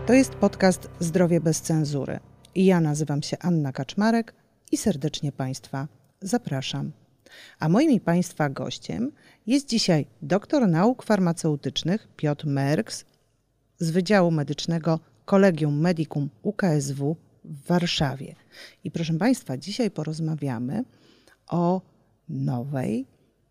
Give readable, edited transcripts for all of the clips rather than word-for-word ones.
To jest podcast Zdrowie bez cenzury. Ja nazywam się Anna Kaczmarek i serdecznie Państwa zapraszam. A moim i Państwa gościem jest dzisiaj doktor nauk farmaceutycznych Piotr Merks z Wydziału Medycznego Collegium Medicum UKSW w Warszawie. I proszę Państwa, dzisiaj porozmawiamy o nowej,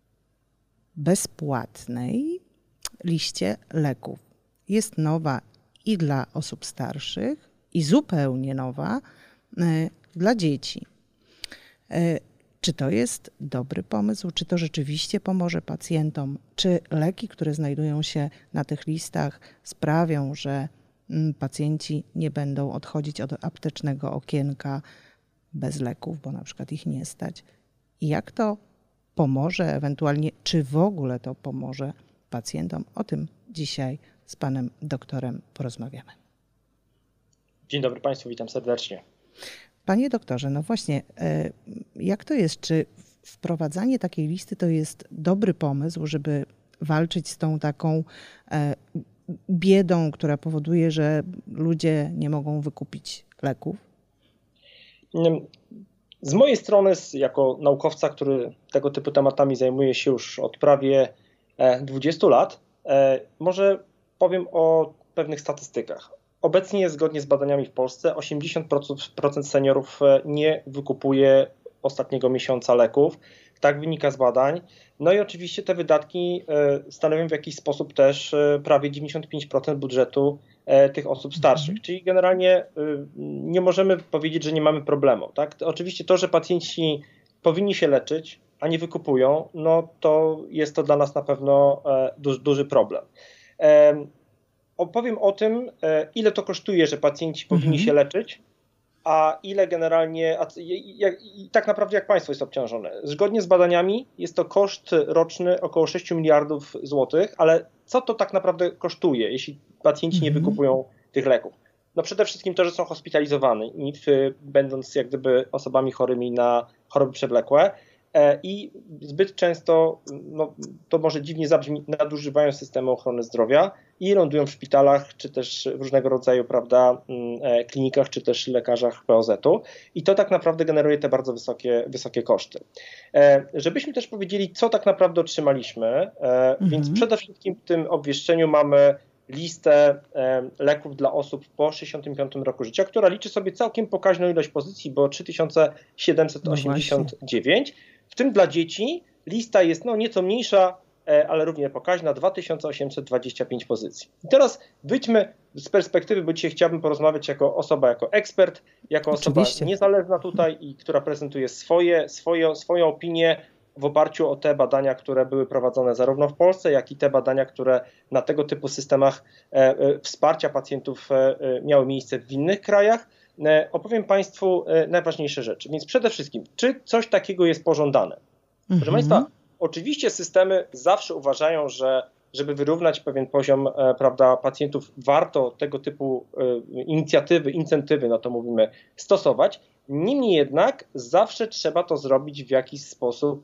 bezpłatnej liście leków. Jest nowa i dla osób starszych, i zupełnie nowa dla dzieci. Czy to jest dobry pomysł? Czy to rzeczywiście pomoże pacjentom? Czy leki, które znajdują się na tych listach, sprawią, że pacjenci nie będą odchodzić od aptecznego okienka bez leków, bo na przykład ich nie stać? I jak to pomoże, ewentualnie czy w ogóle to pomoże pacjentom? O tym dzisiaj z panem doktorem porozmawiamy. Dzień dobry Państwu, witam serdecznie. Panie doktorze, no właśnie, jak to jest? Czy wprowadzanie takiej listy to jest dobry pomysł, żeby walczyć z tą taką biedą, która powoduje, że ludzie nie mogą wykupić leków? Z mojej strony, jako naukowca, który tego typu tematami zajmuje się już od prawie 20 lat, może powiem o pewnych statystykach. Obecnie, zgodnie z badaniami w Polsce, 80% seniorów nie wykupuje ostatniego miesiąca leków. Tak wynika z badań. No i oczywiście te wydatki stanowią w jakiś sposób też prawie 95% budżetu tych osób starszych. Czyli generalnie nie możemy powiedzieć, że nie mamy problemu. Tak? Oczywiście to, że pacjenci powinni się leczyć, a nie wykupują, no to jest to dla nas na pewno duży problem. Opowiem o tym, ile to kosztuje, że pacjenci powinni się leczyć, a ile generalnie, tak naprawdę jak państwo jest obciążone. Zgodnie z badaniami jest to koszt roczny około 6 miliardów złotych, ale co to tak naprawdę kosztuje, jeśli pacjenci nie wykupują tych leków? No przede wszystkim to, że są hospitalizowani, będąc jak gdyby osobami chorymi na choroby przewlekłe, i zbyt często, no, to może dziwnie zabrzmi, nadużywają systemu ochrony zdrowia i lądują w szpitalach, czy też w różnego rodzaju, prawda, klinikach, czy też lekarzach POZ-u i to tak naprawdę generuje te bardzo wysokie koszty. Żebyśmy też powiedzieli, co tak naprawdę otrzymaliśmy, więc przede wszystkim w tym obwieszczeniu mamy listę leków dla osób po 65 roku życia, która liczy sobie całkiem pokaźną ilość pozycji, bo 3789, w tym dla dzieci lista jest nieco mniejsza, ale równie pokaźna, 2825 pozycji. I teraz wyjdźmy z perspektywy, bo dzisiaj chciałbym porozmawiać jako osoba, jako ekspert, jako osoba niezależna tutaj i która prezentuje swoją opinię w oparciu o te badania, które były prowadzone zarówno w Polsce, jak i te badania, które na tego typu systemach wsparcia pacjentów miały miejsce w innych krajach. Opowiem Państwu najważniejsze rzeczy. Więc przede wszystkim, czy coś takiego jest pożądane? Proszę Państwa, oczywiście systemy zawsze uważają, że żeby wyrównać pewien poziom, prawda, pacjentów, warto tego typu incentywy, no to mówimy, stosować. Niemniej jednak zawsze trzeba to zrobić w jakiś sposób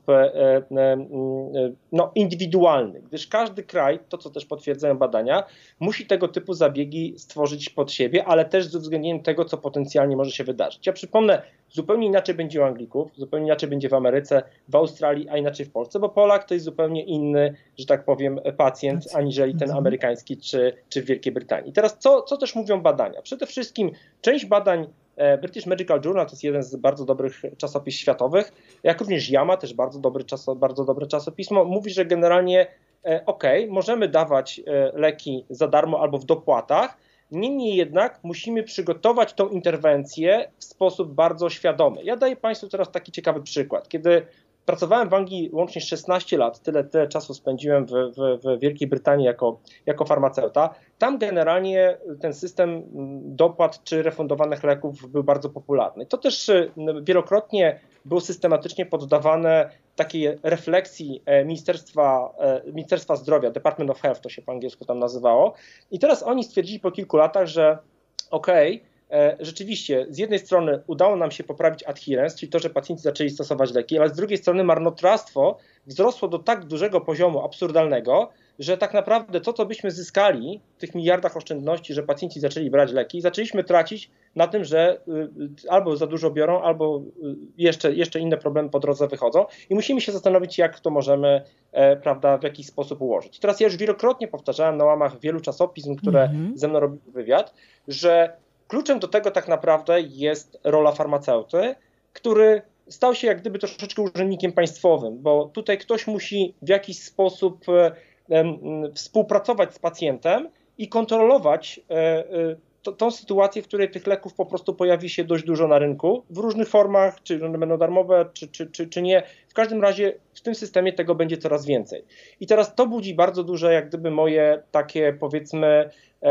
indywidualny, gdyż każdy kraj, to co też potwierdzają badania, musi tego typu zabiegi stworzyć pod siebie, ale też z uwzględnieniem tego, co potencjalnie może się wydarzyć. Ja przypomnę, zupełnie inaczej będzie u Anglików, zupełnie inaczej będzie w Ameryce, w Australii, a inaczej w Polsce, bo Polak to jest zupełnie inny, że tak powiem, pacjent, aniżeli ten amerykański czy w Wielkiej Brytanii. Teraz co też mówią badania? Przede wszystkim część badań British Medical Journal to jest jeden z bardzo dobrych czasopism światowych, jak również JAMA, też bardzo dobre czasopismo, mówi, że generalnie możemy dawać leki za darmo albo w dopłatach, niemniej jednak musimy przygotować tą interwencję w sposób bardzo świadomy. Ja daję Państwu teraz taki ciekawy przykład. Kiedy pracowałem w Anglii łącznie 16 lat, tyle czasu spędziłem w Wielkiej Brytanii jako farmaceuta. Tam generalnie ten system dopłat czy refundowanych leków był bardzo popularny. To też wielokrotnie było systematycznie poddawane takiej refleksji Ministerstwa Zdrowia, Department of Health to się po angielsku tam nazywało. I teraz oni stwierdzili po kilku latach, że rzeczywiście z jednej strony udało nam się poprawić adherence, czyli to, że pacjenci zaczęli stosować leki, ale z drugiej strony marnotrawstwo wzrosło do tak dużego poziomu absurdalnego, że tak naprawdę to, co byśmy zyskali w tych miliardach oszczędności, że pacjenci zaczęli brać leki, zaczęliśmy tracić na tym, że albo za dużo biorą, albo jeszcze inne problemy po drodze wychodzą i musimy się zastanowić, jak to możemy, prawda, w jakiś sposób ułożyć. Teraz ja już wielokrotnie powtarzałem na łamach wielu czasopism, które ze mną robiły wywiad, że kluczem do tego tak naprawdę jest rola farmaceuty, który stał się jak gdyby troszeczkę urzędnikiem państwowym, bo tutaj ktoś musi w jakiś sposób współpracować z pacjentem i kontrolować tą sytuację, w której tych leków po prostu pojawi się dość dużo na rynku, w różnych formach, czy one będą darmowe, czy nie. W każdym razie w tym systemie tego będzie coraz więcej. I teraz to budzi bardzo duże jak gdyby moje takie powiedzmy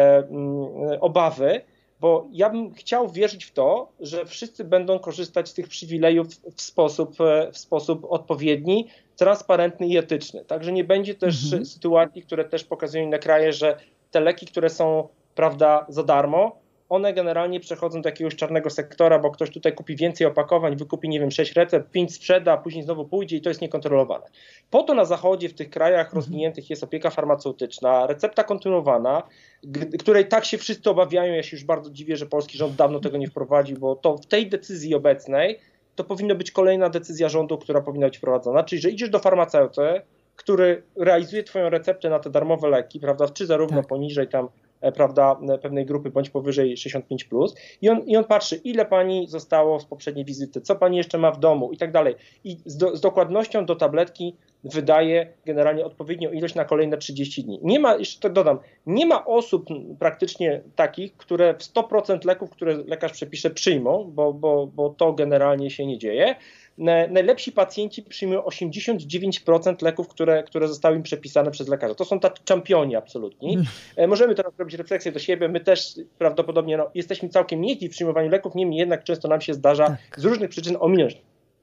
obawy, bo ja bym chciał wierzyć w to, że wszyscy będą korzystać z tych przywilejów w sposób odpowiedni, transparentny i etyczny. Także nie będzie też sytuacji, które też pokazują inne kraje, że te leki, które są, prawda, za darmo, one generalnie przechodzą do jakiegoś czarnego sektora, bo ktoś tutaj kupi więcej opakowań, wykupi, nie wiem, 6 recept, 5 sprzeda, a później znowu pójdzie i to jest niekontrolowane. Po to na zachodzie, w tych krajach rozwiniętych jest opieka farmaceutyczna, recepta kontynuowana, której tak się wszyscy obawiają. Ja się już bardzo dziwię, że polski rząd dawno tego nie wprowadził, bo to w tej decyzji obecnej to powinna być kolejna decyzja rządu, która powinna być wprowadzona, czyli że idziesz do farmaceuty, który realizuje twoją receptę na te darmowe leki, prawda, czy zarówno poniżej tam, prawda, pewnej grupy, bądź powyżej 65+, i on patrzy, ile pani zostało z poprzedniej wizyty, co pani jeszcze ma w domu i tak dalej. I z dokładnością do tabletki wydaje generalnie odpowiednią ilość na kolejne 30 dni. Nie ma, jeszcze tak dodam, nie ma osób praktycznie takich, które w 100% leków, które lekarz przepisze, przyjmą, bo to generalnie się nie dzieje. Najlepsi pacjenci przyjmują 89% leków, które zostały im przepisane przez lekarza. To są tacy czampioni absolutni. Możemy teraz robić refleksję do siebie. My też prawdopodobnie jesteśmy całkiem niezli w przyjmowaniu leków, niemniej jednak często nam się zdarza z różnych przyczyn ominąć.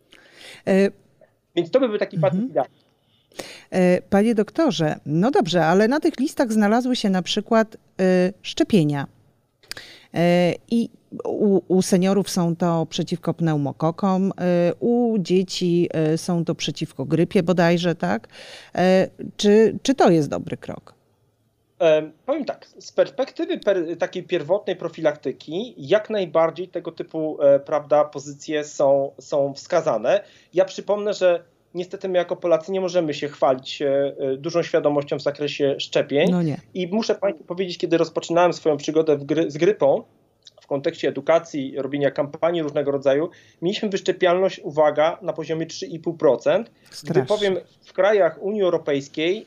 Więc to by był taki pacjent idealny. Panie doktorze, no dobrze, ale na tych listach znalazły się na przykład szczepienia. I u seniorów są to przeciwko pneumokokom, u dzieci są to przeciwko grypie bodajże, tak? Czy to jest dobry krok? Powiem tak, z perspektywy takiej pierwotnej profilaktyki jak najbardziej tego typu, prawda, pozycje są wskazane. Ja przypomnę, że niestety my jako Polacy nie możemy się chwalić dużą świadomością w zakresie szczepień. No nie. I muszę Państwu powiedzieć, kiedy rozpoczynałem swoją przygodę z grypą, w kontekście edukacji, robienia kampanii różnego rodzaju, mieliśmy wyszczepialność, uwaga, na poziomie 3,5%. Gdy powiem, w krajach Unii Europejskiej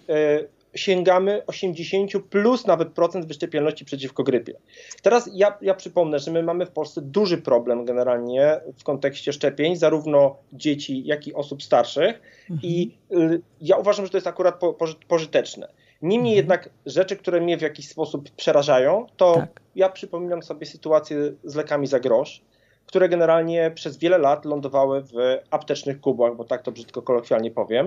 sięgamy 80 plus nawet procent wyszczepialności przeciwko grypie. Teraz ja przypomnę, że my mamy w Polsce duży problem generalnie w kontekście szczepień, zarówno dzieci, jak i osób starszych i ja uważam, że to jest akurat pożyteczne. Niemniej jednak rzeczy, które mnie w jakiś sposób przerażają, to ja przypominam sobie sytuację z lekami za grosz, które generalnie przez wiele lat lądowały w aptecznych kubłach, bo tak to brzydko kolokwialnie powiem.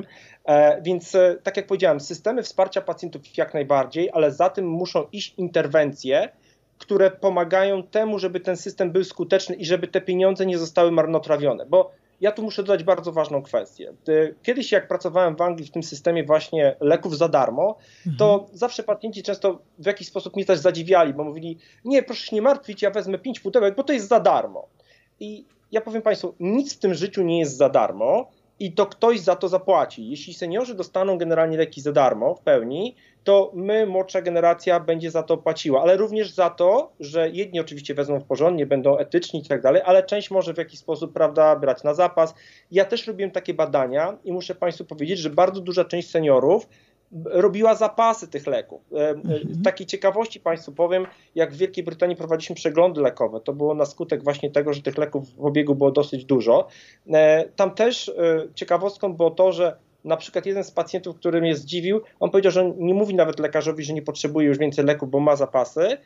Więc tak jak powiedziałem, systemy wsparcia pacjentów jak najbardziej, ale za tym muszą iść interwencje, które pomagają temu, żeby ten system był skuteczny i żeby te pieniądze nie zostały marnotrawione. Bo ja tu muszę dodać bardzo ważną kwestię. Kiedyś jak pracowałem w Anglii w tym systemie właśnie leków za darmo, to zawsze pacjenci często w jakiś sposób mnie też zadziwiali, bo mówili, nie, proszę się nie martwić, ja wezmę 5 pudełek, bo to jest za darmo. I ja powiem Państwu, nic w tym życiu nie jest za darmo i to ktoś za to zapłaci. Jeśli seniorzy dostaną generalnie leki za darmo w pełni, to my, młodsza generacja, będzie za to płaciła, ale również za to, że jedni oczywiście wezmą w porządnie, będą etyczni i tak dalej, ale część może w jakiś sposób, prawda, brać na zapas. Ja też robiłem takie badania i muszę Państwu powiedzieć, że bardzo duża część seniorów robiła zapasy tych leków. Takiej ciekawości Państwu powiem, jak w Wielkiej Brytanii prowadziliśmy przeglądy lekowe, to było na skutek właśnie tego, że tych leków w obiegu było dosyć dużo. Tam też ciekawostką było to, że na przykład jeden z pacjentów, który mnie zdziwił, on powiedział, że nie mówi nawet lekarzowi, że nie potrzebuje już więcej leków, bo ma zapasy,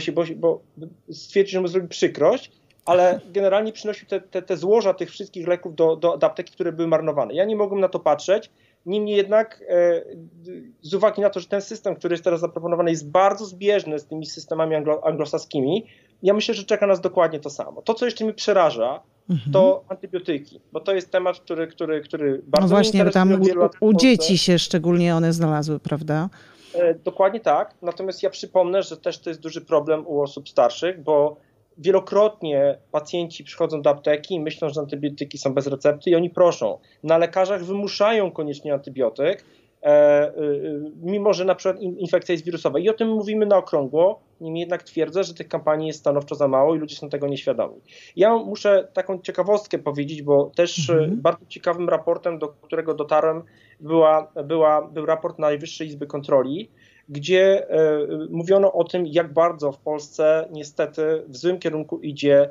bo stwierdził, że mu zrobi przykrość, ale generalnie przynosił te złoża tych wszystkich leków do apteki, które były marnowane. Ja nie mogłem na to patrzeć. Niemniej jednak z uwagi na to, że ten system, który jest teraz zaproponowany, jest bardzo zbieżny z tymi systemami anglosaskimi, ja myślę, że czeka nas dokładnie to samo. To, co jeszcze mnie przeraża, to antybiotyki, bo to jest temat, który bardzo no właśnie, mnie interesuje. Tam u dzieci się szczególnie one znalazły, prawda? Dokładnie tak, natomiast ja przypomnę, że też to jest duży problem u osób starszych, bo wielokrotnie pacjenci przychodzą do apteki i myślą, że antybiotyki są bez recepty i oni proszą. Na lekarzach wymuszają koniecznie antybiotyk, mimo że na przykład infekcja jest wirusowa. I o tym mówimy na okrągło, niemniej jednak twierdzę, że tych kampanii jest stanowczo za mało i ludzie są tego nieświadomi. Ja muszę taką ciekawostkę powiedzieć, bo też bardzo ciekawym raportem, do którego dotarłem, był raport Najwyższej Izby Kontroli, gdzie mówiono o tym, jak bardzo w Polsce niestety w złym kierunku idzie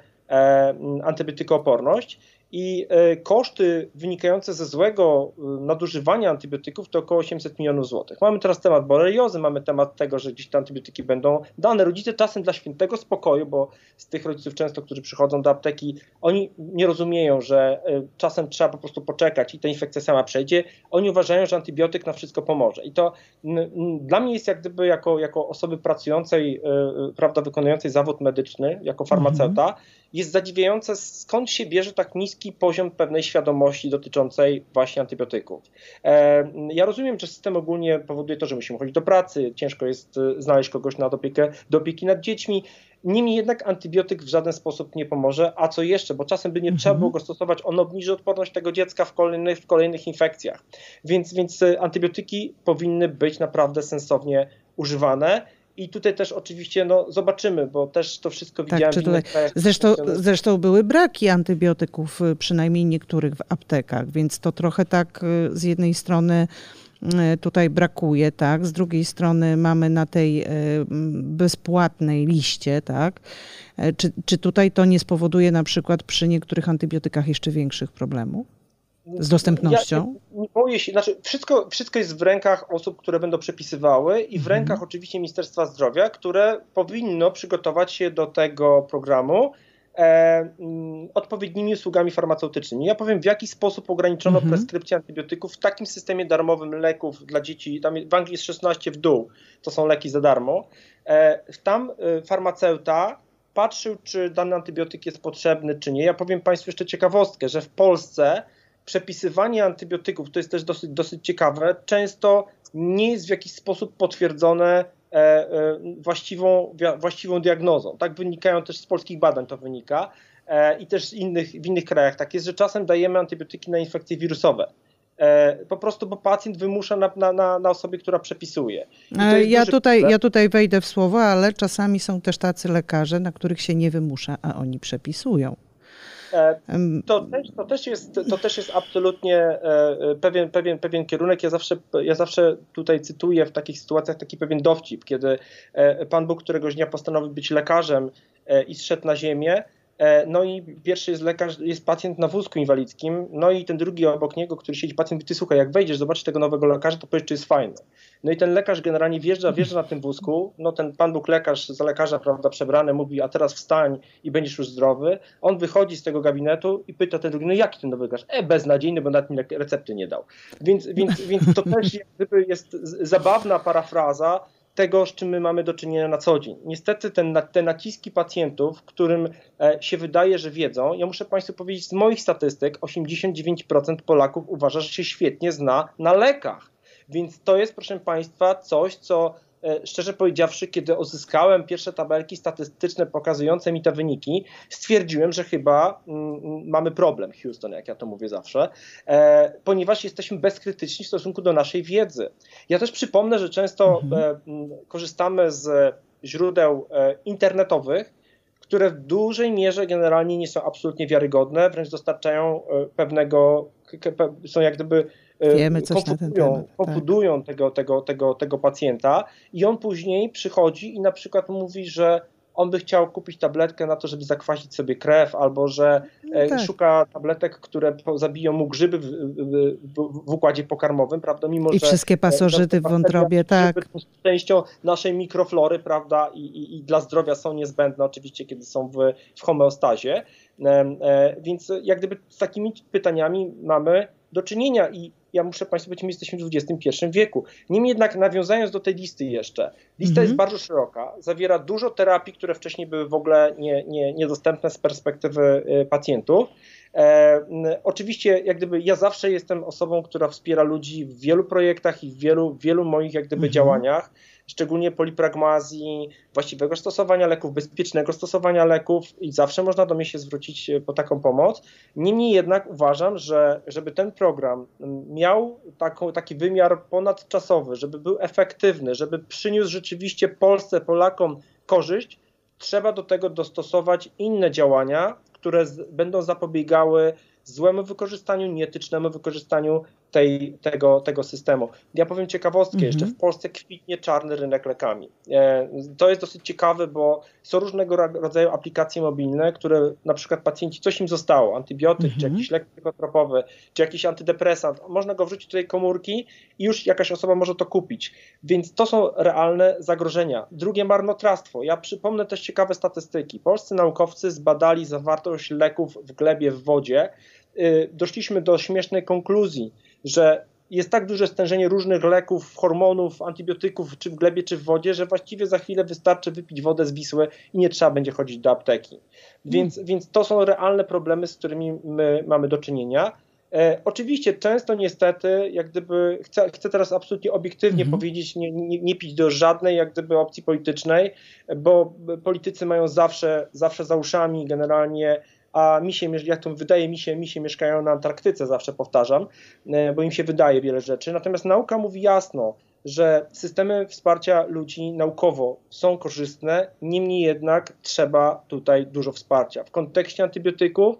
antybiotykooporność i koszty wynikające ze złego nadużywania antybiotyków to około 800 milionów złotych. Mamy teraz temat boreliozy, mamy temat tego, że gdzieś te antybiotyki będą dane. Rodzice czasem dla świętego spokoju, bo z tych rodziców często, którzy przychodzą do apteki, oni nie rozumieją, że czasem trzeba po prostu poczekać i ta infekcja sama przejdzie. Oni uważają, że antybiotyk na wszystko pomoże. I to dla mnie jest jak gdyby jako osoby pracującej, prawda, wykonującej zawód medyczny, jako farmaceuta, jest zadziwiające, skąd się bierze tak niski poziom pewnej świadomości dotyczącej właśnie antybiotyków. Ja rozumiem, że system ogólnie powoduje to, że musimy chodzić do pracy, ciężko jest znaleźć kogoś do opieki nad dziećmi, niemniej jednak antybiotyk w żaden sposób nie pomoże, a co jeszcze, bo czasem by nie trzeba było go stosować, on obniży odporność tego dziecka w kolejnych infekcjach. Więc antybiotyki powinny być naprawdę sensownie używane. I tutaj też oczywiście zobaczymy, bo też to wszystko widziałem w innych krajach. Zresztą były braki antybiotyków, przynajmniej niektórych w aptekach, więc to trochę tak z jednej strony tutaj brakuje, tak, z drugiej strony mamy na tej bezpłatnej liście, tak. Czy tutaj to nie spowoduje na przykład przy niektórych antybiotykach jeszcze większych problemów? Z dostępnością? Ja nie boję się, znaczy wszystko jest w rękach osób, które będą przepisywały i w rękach oczywiście Ministerstwa Zdrowia, które powinno przygotować się do tego programu odpowiednimi usługami farmaceutycznymi. Ja powiem, w jaki sposób ograniczono preskrypcję antybiotyków w takim systemie darmowym leków dla dzieci. Tam w Anglii jest 16 w dół, to są leki za darmo. Tam farmaceuta patrzył, czy dany antybiotyk jest potrzebny, czy nie. Ja powiem Państwu jeszcze ciekawostkę, że w Polsce przepisywanie antybiotyków, to jest też dosyć ciekawe, często nie jest w jakiś sposób potwierdzone właściwą diagnozą. Tak wynikają też z polskich badań, to wynika i też w innych krajach tak jest, że czasem dajemy antybiotyki na infekcje wirusowe. Po prostu, bo pacjent wymusza na osobie, która przepisuje. Ja tutaj wejdę w słowo, ale czasami są też tacy lekarze, na których się nie wymusza, a oni przepisują. To też jest absolutnie pewien kierunek. Ja zawsze tutaj cytuję w takich sytuacjach taki pewien dowcip, kiedy Pan Bóg któregoś dnia postanowił być lekarzem i zszedł na ziemię. No i pierwszy jest pacjent na wózku inwalidzkim, no i ten drugi obok niego, który siedzi, pacjent mówi: ty słuchaj, jak wejdziesz, zobaczysz tego nowego lekarza, to powiedz, czy jest fajny. No i ten lekarz generalnie wjeżdża na tym wózku, no ten Pan Bóg lekarz za lekarza, prawda, przebrany, mówi: a teraz wstań i będziesz już zdrowy. On wychodzi z tego gabinetu i pyta ten drugi: no jaki ten nowy lekarz? Beznadziejny, bo nawet mi recepty nie dał. Więc to też jak gdyby jest zabawna parafraza tego, z czym my mamy do czynienia na co dzień. Niestety te naciski pacjentów, którym się wydaje, że wiedzą, ja muszę Państwu powiedzieć, z moich statystyk 89% Polaków uważa, że się świetnie zna na lekach. Więc to jest, proszę Państwa, coś, co szczerze powiedziawszy, kiedy uzyskałem pierwsze tabelki statystyczne pokazujące mi te wyniki, stwierdziłem, że chyba mamy problem, Houston, jak ja to mówię zawsze, ponieważ jesteśmy bezkrytyczni w stosunku do naszej wiedzy. Ja też przypomnę, że często korzystamy z źródeł internetowych, które w dużej mierze generalnie nie są absolutnie wiarygodne, wręcz dostarczają są jak gdyby Wiemy coś na ten temat. konfudują tego pacjenta i on później przychodzi i na przykład mówi, że on by chciał kupić tabletkę na to, żeby zakwasić sobie krew, albo że szuka tabletek, które zabiją mu grzyby w układzie pokarmowym, prawda? Mimo I że wszystkie pasożyty w wątrobie, tak. Są częścią naszej mikroflory, prawda? I dla zdrowia są niezbędne oczywiście, kiedy są w homeostazie. Więc jak gdyby z takimi pytaniami mamy do czynienia i ja muszę Państwu powiedzieć, my jesteśmy w XXI wieku. Niemniej jednak nawiązując do tej listy jeszcze, lista jest bardzo szeroka, zawiera dużo terapii, które wcześniej były w ogóle niedostępne z perspektywy pacjentów. Oczywiście jak gdyby ja zawsze jestem osobą, która wspiera ludzi w wielu projektach i w wielu moich jak gdyby działaniach, szczególnie polipragmazji, właściwego stosowania leków, bezpiecznego stosowania leków i zawsze można do mnie się zwrócić po taką pomoc. Niemniej jednak uważam, że żeby ten program miał taki wymiar ponadczasowy, żeby był efektywny, żeby przyniósł rzeczywiście Polsce, Polakom korzyść, trzeba do tego dostosować inne działania, które będą zapobiegały złemu wykorzystaniu, nieetycznemu wykorzystaniu tego systemu. Ja powiem ciekawostkę, jeszcze w Polsce kwitnie czarny rynek lekami. To jest dosyć ciekawe, bo są różnego rodzaju aplikacje mobilne, które na przykład pacjenci, coś im zostało, antybiotyk, czy jakiś lek psychotropowy, czy jakiś antydepresant, można go wrzucić do tej komórki i już jakaś osoba może to kupić. Więc to są realne zagrożenia. Drugie, marnotrawstwo. Ja przypomnę też ciekawe statystyki. Polscy naukowcy zbadali zawartość leków w glebie, w wodzie. Doszliśmy do śmiesznej konkluzji, że jest tak duże stężenie różnych leków, hormonów, antybiotyków, czy w glebie, czy w wodzie, że właściwie za chwilę wystarczy wypić wodę z Wisły i nie trzeba będzie chodzić do apteki. Więc to są realne problemy, z którymi my mamy do czynienia. Oczywiście często niestety, jak gdyby chcę teraz absolutnie obiektywnie powiedzieć, nie pić do żadnej jak gdyby opcji politycznej, bo politycy mają zawsze za uszami generalnie, a misie, jak to wydaje misie mieszkają na Antarktyce, zawsze powtarzam, bo im się wydaje wiele rzeczy. Natomiast nauka mówi jasno, że systemy wsparcia ludzi naukowo są korzystne, niemniej jednak trzeba tutaj dużo wsparcia. W kontekście antybiotyków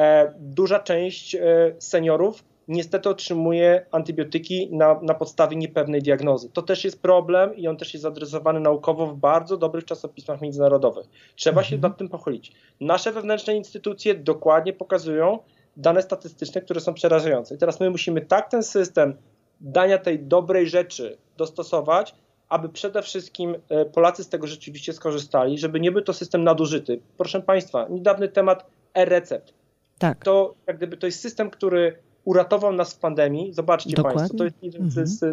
duża część seniorów niestety otrzymuje antybiotyki na podstawie niepewnej diagnozy. To też jest problem i on też jest adresowany naukowo w bardzo dobrych czasopismach międzynarodowych. Trzeba się nad tym pochylić. Nasze wewnętrzne instytucje dokładnie pokazują dane statystyczne, które są przerażające. I teraz my musimy tak ten system dania tej dobrej rzeczy dostosować, aby przede wszystkim Polacy z tego rzeczywiście skorzystali, żeby nie był to system nadużyty. Proszę Państwa, niedawny temat e-recept. Tak. To jak gdyby to jest system, który uratował nas w pandemii. Zobaczcie Państwo, to jest jeden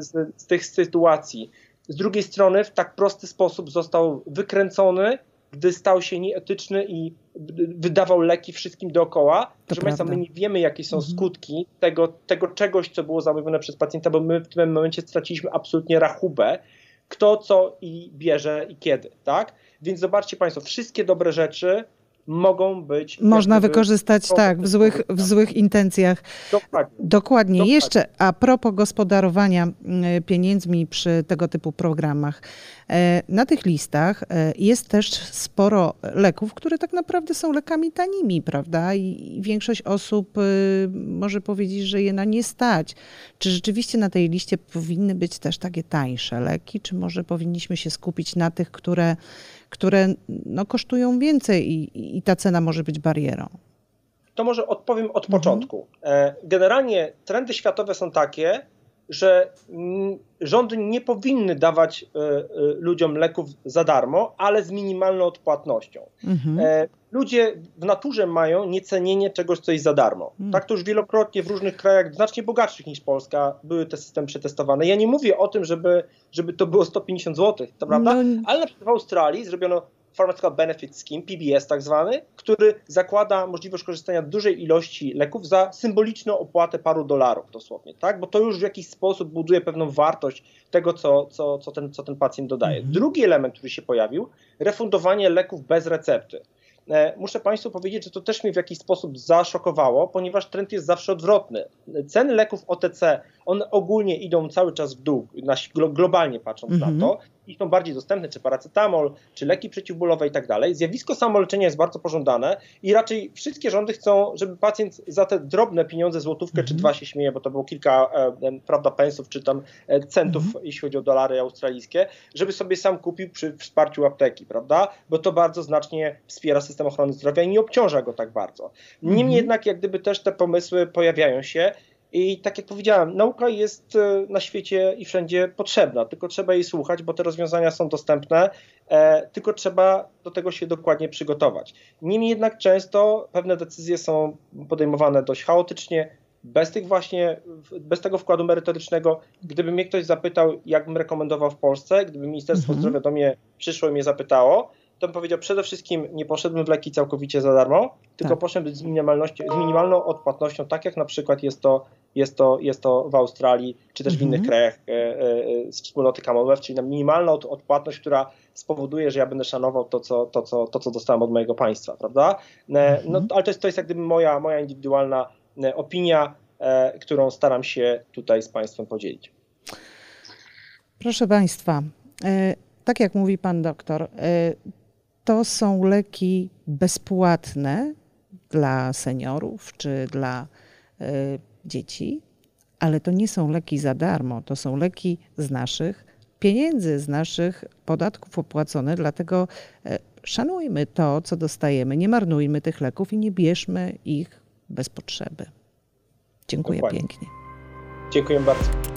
z tych sytuacji. Z drugiej strony w tak prosty sposób został wykręcony, gdy stał się nieetyczny i wydawał leki wszystkim dookoła. Proszę Państwa, my nie wiemy, jakie są skutki tego czegoś, co było zamówione przez pacjenta, bo my w tym momencie straciliśmy absolutnie rachubę, kto co i bierze i kiedy, tak? Więc zobaczcie Państwo, wszystkie dobre rzeczy mogą być... Można wykorzystać w złych intencjach. Dokładnie. Jeszcze a propos gospodarowania pieniędzmi przy tego typu programach. Na tych listach jest też sporo leków, które tak naprawdę są lekami tanimi, prawda? I większość osób może powiedzieć, że je na nie stać. Czy rzeczywiście na tej liście powinny być też takie tańsze leki, czy może powinniśmy się skupić na tych, które kosztują więcej i ta cena może być barierą? To może odpowiem od początku. Generalnie trendy światowe są takie, że rządy nie powinny dawać ludziom leków za darmo, ale z minimalną odpłatnością. Ludzie w naturze mają niecenienie czegoś, co jest za darmo. Tak to już wielokrotnie w różnych krajach, znacznie bogatszych niż Polska, były te systemy przetestowane. Ja nie mówię o tym, żeby to było 150 zł, to prawda? Ale na przykład w Australii zrobiono Pharmaceutical Benefit Scheme, PBS tak zwany, który zakłada możliwość korzystania z dużej ilości leków za symboliczną opłatę paru dolarów dosłownie, tak? Bo to już w jakiś sposób buduje pewną wartość tego, co ten pacjent dodaje. Drugi element, który się pojawił, refundowanie leków bez recepty. Muszę Państwu powiedzieć, że to też mnie w jakiś sposób zaszokowało, ponieważ trend jest zawsze odwrotny. Ceny leków OTC, one ogólnie idą cały czas w dół, globalnie patrząc na to, i są bardziej dostępne, czy paracetamol, czy leki przeciwbólowe i tak dalej. Zjawisko samoleczenia jest bardzo pożądane i raczej wszystkie rządy chcą, żeby pacjent za te drobne pieniądze, złotówkę czy dwa się śmieje, bo to było kilka pensów, czy tam centów, jeśli chodzi o dolary australijskie, żeby sobie sam kupił przy wsparciu apteki, prawda? Bo to bardzo znacznie wspiera system ochrony zdrowia i nie obciąża go tak bardzo. Niemniej jednak jak gdyby też te pomysły pojawiają się. I tak jak powiedziałem, nauka jest na świecie i wszędzie potrzebna, tylko trzeba jej słuchać, bo te rozwiązania są dostępne, tylko trzeba do tego się dokładnie przygotować. Niemniej jednak często pewne decyzje są podejmowane dość chaotycznie, bez tego wkładu merytorycznego, gdyby mnie ktoś zapytał, jak bym rekomendował w Polsce, gdyby Ministerstwo Zdrowia do mnie przyszło i mnie zapytało, to bym powiedział, przede wszystkim nie poszedłbym w leki całkowicie za darmo, tylko poszedłbym z minimalną odpłatnością, tak jak na przykład jest to w Australii, czy też w innych krajach z wspólnoty Commonwealth, czyli na minimalną odpłatność, która spowoduje, że ja będę szanował to, co dostałem od mojego państwa, prawda? No, ale to jest jak gdyby moja indywidualna opinia, którą staram się tutaj z Państwem podzielić. Proszę Państwa, tak jak mówi Pan doktor, to są leki bezpłatne dla seniorów czy dla dzieci, ale to nie są leki za darmo, to są leki z naszych pieniędzy, z naszych podatków opłacone, dlatego szanujmy to, co dostajemy, nie marnujmy tych leków i nie bierzmy ich bez potrzeby. Dziękuję pięknie. Dziękuję bardzo.